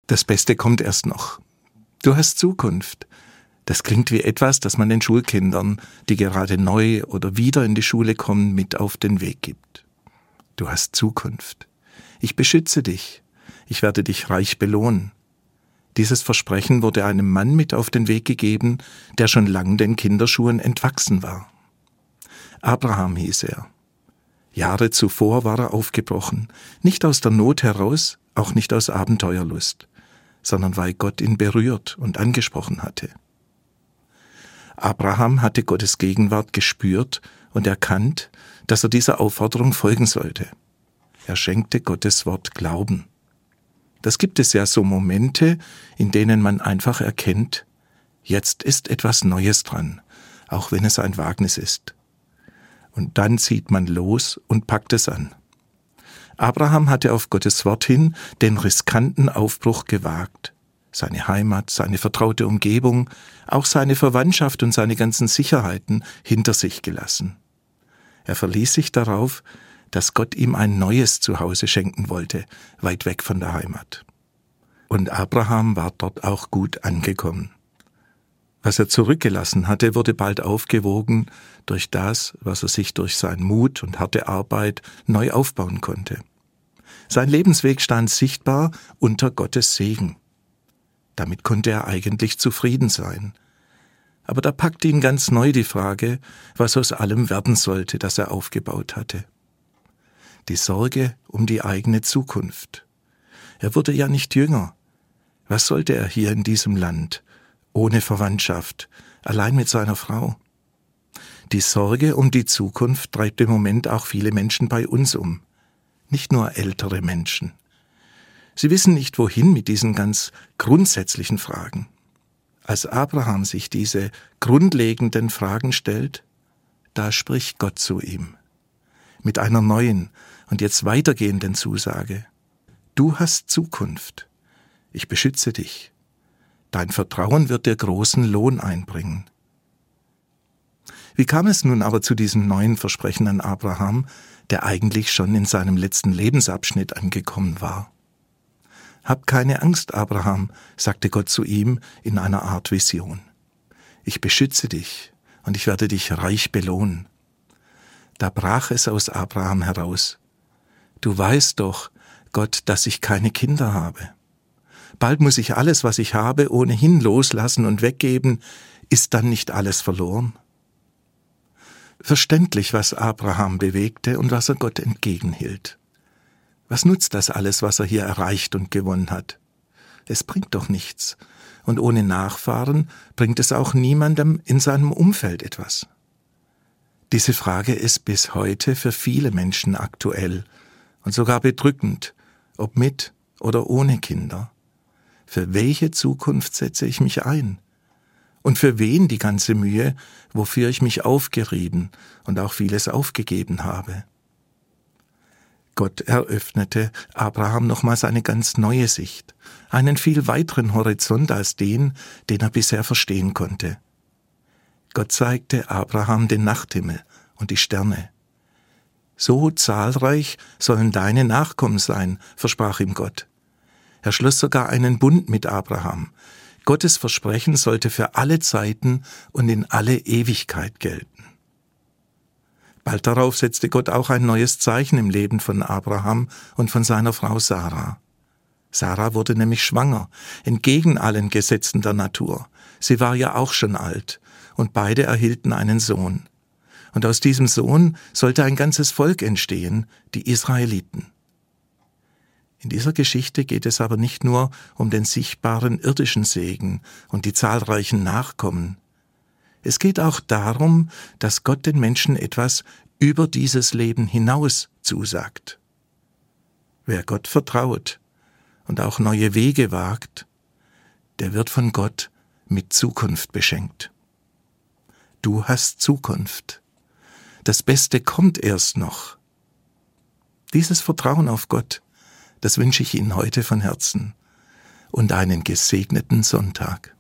Das Beste kommt erst noch. Du hast Zukunft. Das klingt wie etwas, das man den Schulkindern, die gerade neu oder wieder in die Schule kommen, mit auf den Weg gibt. Du hast Zukunft. Ich beschütze dich. Ich werde dich reich belohnen. Dieses Versprechen wurde einem Mann mit auf den Weg gegeben, der schon lang den Kinderschuhen entwachsen war. Abraham hieß er. Jahre zuvor war er aufgebrochen, nicht aus der Not heraus, auch nicht aus Abenteuerlust, sondern weil Gott ihn berührt und angesprochen hatte. Abraham hatte Gottes Gegenwart gespürt und erkannt, dass er dieser Aufforderung folgen sollte. Er schenkte Gottes Wort Glauben. Das gibt es ja so Momente, in denen man einfach erkennt, jetzt ist etwas Neues dran, auch wenn es ein Wagnis ist. Und dann zieht man los und packt es an. Abraham hatte auf Gottes Wort hin den riskanten Aufbruch gewagt. Seine Heimat, seine vertraute Umgebung, auch seine Verwandtschaft und seine ganzen Sicherheiten hinter sich gelassen. Er verließ sich darauf, dass Gott ihm ein neues Zuhause schenken wollte, weit weg von der Heimat. Und Abraham war dort auch gut angekommen. Was er zurückgelassen hatte, wurde bald aufgewogen durch das, was er sich durch seinen Mut und harte Arbeit neu aufbauen konnte. Sein Lebensweg stand sichtbar unter Gottes Segen. Damit konnte er eigentlich zufrieden sein. Aber da packte ihn ganz neu die Frage, was aus allem werden sollte, das er aufgebaut hatte. Die Sorge um die eigene Zukunft. Er wurde ja nicht jünger. Was sollte er hier in diesem Land, ohne Verwandtschaft, allein mit seiner Frau? Die Sorge um die Zukunft treibt im Moment auch viele Menschen bei uns um. Nicht nur ältere Menschen. Sie wissen nicht, wohin mit diesen ganz grundsätzlichen Fragen. Als Abraham sich diese grundlegenden Fragen stellt, da spricht Gott zu ihm. Mit einer neuen und jetzt weitergehenden Zusage. Du hast Zukunft. Ich beschütze dich. Dein Vertrauen wird dir großen Lohn einbringen. Wie kam es nun aber zu diesem neuen Versprechen an Abraham, der eigentlich schon in seinem letzten Lebensabschnitt angekommen war? Hab keine Angst, Abraham, sagte Gott zu ihm in einer Art Vision. Ich beschütze dich und ich werde dich reich belohnen. Da brach es aus Abraham heraus. Du weißt doch, Gott, dass ich keine Kinder habe. Bald muss ich alles, was ich habe, ohnehin loslassen und weggeben. Ist dann nicht alles verloren? Verständlich, was Abraham bewegte und was er Gott entgegenhielt. Was nutzt das alles, was er hier erreicht und gewonnen hat? Es bringt doch nichts. Und ohne Nachfahren bringt es auch niemandem in seinem Umfeld etwas. Diese Frage ist bis heute für viele Menschen aktuell und sogar bedrückend, ob mit oder ohne Kinder. Für welche Zukunft setze ich mich ein? Und für wen die ganze Mühe, wofür ich mich aufgerieben und auch vieles aufgegeben habe? Gott eröffnete Abraham nochmals eine ganz neue Sicht, einen viel weiteren Horizont als den er bisher verstehen konnte. Gott zeigte Abraham den Nachthimmel und die Sterne. So zahlreich sollen deine Nachkommen sein, versprach ihm Gott. Er schloss sogar einen Bund mit Abraham. Gottes Versprechen sollte für alle Zeiten und in alle Ewigkeit gelten. Bald darauf setzte Gott auch ein neues Zeichen im Leben von Abraham und von seiner Frau Sarah. Sarah wurde nämlich schwanger, entgegen allen Gesetzen der Natur. Sie war ja auch schon alt, und beide erhielten einen Sohn. Und aus diesem Sohn sollte ein ganzes Volk entstehen, die Israeliten. In dieser Geschichte geht es aber nicht nur um den sichtbaren irdischen Segen und die zahlreichen Nachkommen. Es geht auch darum, dass Gott den Menschen etwas über dieses Leben hinaus zusagt. Wer Gott vertraut und auch neue Wege wagt, der wird von Gott mit Zukunft beschenkt. Du hast Zukunft. Das Beste kommt erst noch. Dieses Vertrauen auf Gott, das wünsche ich Ihnen heute von Herzen und einen gesegneten Sonntag.